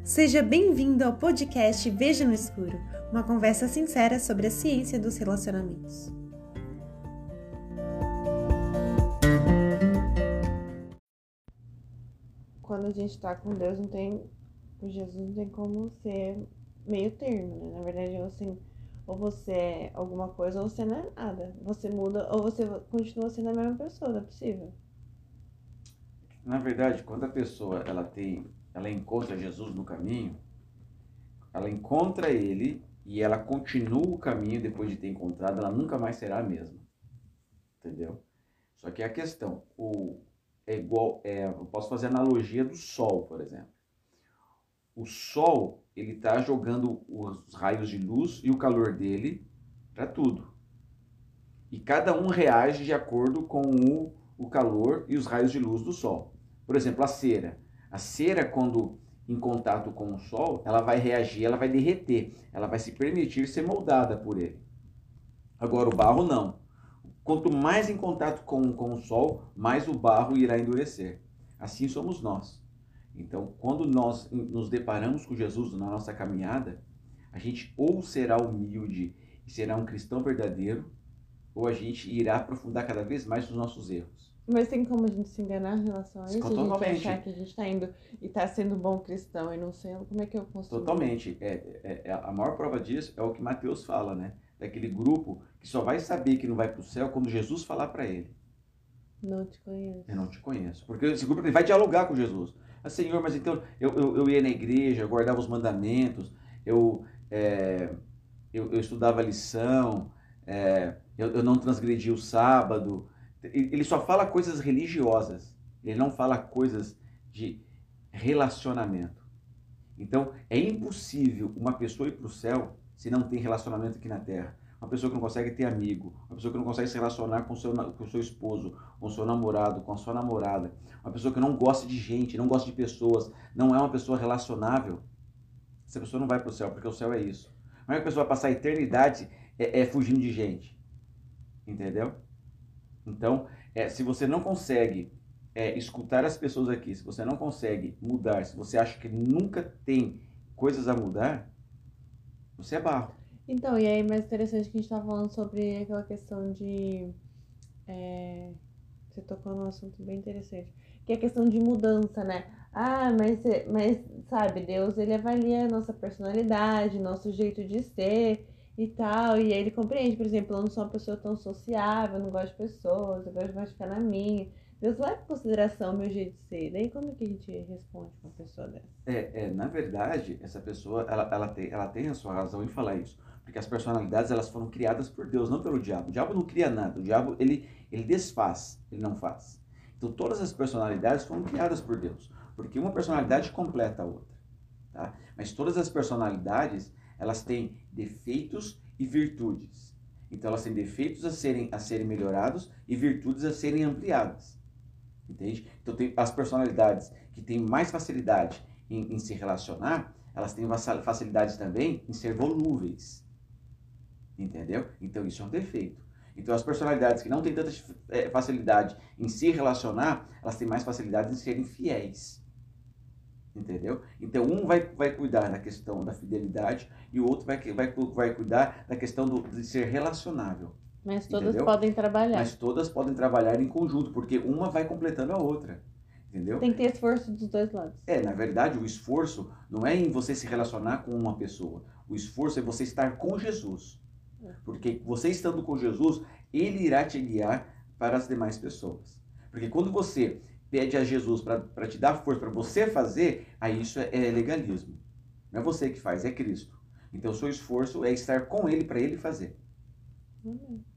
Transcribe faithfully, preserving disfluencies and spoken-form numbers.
Seja bem-vindo ao podcast Veja no Escuro, uma conversa sincera sobre a ciência dos relacionamentos. Quando a gente tá com Deus, não tem, com Jesus não tem como ser meio termo, né? Na verdade, assim, ou você é alguma coisa ou você não é nada. Você muda ou você continua sendo a mesma pessoa, não é possível. Na verdade, quando a pessoa ela tem, ela encontra Jesus no caminho, ela encontra ele e ela continua o caminho depois de ter encontrado, ela nunca mais será a mesma. Entendeu? Só que a questão, o, é igual, é, eu posso fazer a analogia do sol, por exemplo. O sol, ele está jogando os raios de luz e o calor dele para tudo. E cada um reage de acordo com o, o calor e os raios de luz do sol. Por exemplo, a cera. A cera, quando em contato com o sol, ela vai reagir, ela vai derreter, ela vai se permitir ser moldada por ele. Agora, o barro não. Quanto mais em contato com, com o sol, mais o barro irá endurecer. Assim somos nós. Então, quando nós nos deparamos com Jesus na nossa caminhada, a gente ou será humilde e será um cristão verdadeiro, ou a gente irá aprofundar cada vez mais os nossos erros. Mas tem como a gente se enganar em relação a isso? Totalmente. A gente achar que a gente tá indo e tá sendo um bom cristão e não sendo, como é que eu consigo? Totalmente. É, é, é, a maior prova disso é o que Mateus fala, né? Daquele grupo que só vai saber que não vai para o céu quando Jesus falar para ele. Não te conheço. Eu não te conheço. Porque esse grupo ele vai dialogar com Jesus. Ah, Senhor, mas então eu, eu, eu ia na igreja, eu guardava os mandamentos, eu, é, eu, eu estudava a lição, é, eu, eu não transgredi o sábado. Ele só fala coisas religiosas. Ele não fala coisas de relacionamento. Então, é impossível uma pessoa ir para o céu se não tem relacionamento aqui na Terra. Uma pessoa que não consegue ter amigo, uma pessoa que não consegue se relacionar com o seu, com o seu esposo, com o seu namorado, com a sua namorada, uma pessoa que não gosta de gente, não gosta de pessoas, não é uma pessoa relacionável, essa pessoa não vai para o céu, porque o céu é isso. Não é que a pessoa vai passar a eternidade é, é, fugindo de gente. Entendeu? Então, é, se você não consegue é, escutar as pessoas aqui, se você não consegue mudar, se você acha que nunca tem coisas a mudar, você é barro. Então, e aí mais interessante que a gente tá falando sobre aquela questão de... É, você tocou num assunto bem interessante, que é a questão de mudança, né? Ah, mas, mas sabe, Deus, ele avalia a nossa personalidade, nosso jeito de ser e tal, e aí ele compreende, por exemplo, eu não sou uma pessoa tão sociável, eu não gosto de pessoas, eu gosto de ficar na minha. Deus leva em consideração o meu jeito de ser. Daí como que a gente responde com uma pessoa dessa? É, é, na verdade, essa pessoa, ela, ela, tem, ela tem a sua razão em falar isso. Porque as personalidades, elas foram criadas por Deus, não pelo diabo. O diabo não cria nada. O diabo, ele, ele desfaz, ele não faz. Então, todas as personalidades foram criadas por Deus. Porque uma personalidade completa a outra. Tá? Mas todas as personalidades, elas têm defeitos e virtudes. Então, elas têm defeitos a serem, a serem melhorados e virtudes a serem ampliadas. Entende? Então, tem as personalidades que têm mais facilidade em, em se relacionar, elas têm facilidade também em ser volúveis. Entendeu? Então, isso é um defeito. Então, as personalidades que não têm tanta facilidade em se relacionar, elas têm mais facilidade em serem fiéis. Entendeu? Então, um vai, vai cuidar da questão da fidelidade e o outro vai, vai, vai cuidar da questão do, de ser relacionável. Mas todas Entendeu? podem trabalhar. Mas todas podem trabalhar em conjunto, porque uma vai completando a outra. Entendeu? Tem que ter esforço dos dois lados. É, na verdade, o esforço não é em você se relacionar com uma pessoa. O esforço é você estar com Jesus. Porque você estando com Jesus, ele irá te guiar para as demais pessoas. Porque quando você pede a Jesus para te dar força, para você fazer, aí isso é, é legalismo. Não é você que faz, é Cristo. Então, o seu esforço é estar com ele para ele fazer. Hum.